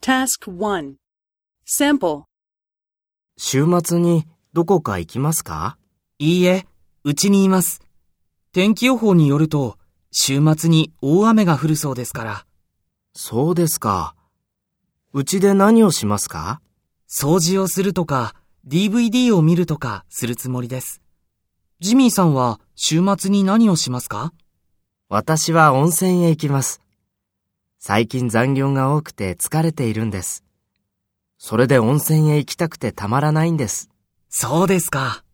Task 1. Sample. 週末にどこか行きますか？ いいえ、うちにいます。天気予報によると、週末に大雨が降るそうですから。 そうですか。うちで何をしますか？ 掃除をするとか、DVD を見るとかするつもりです。ジミーさんは週末に何をしますか？ 私は温泉へ行きます。最近残業が多くて疲れているんです。それで温泉へ行きたくてたまらないんです。 そうですか。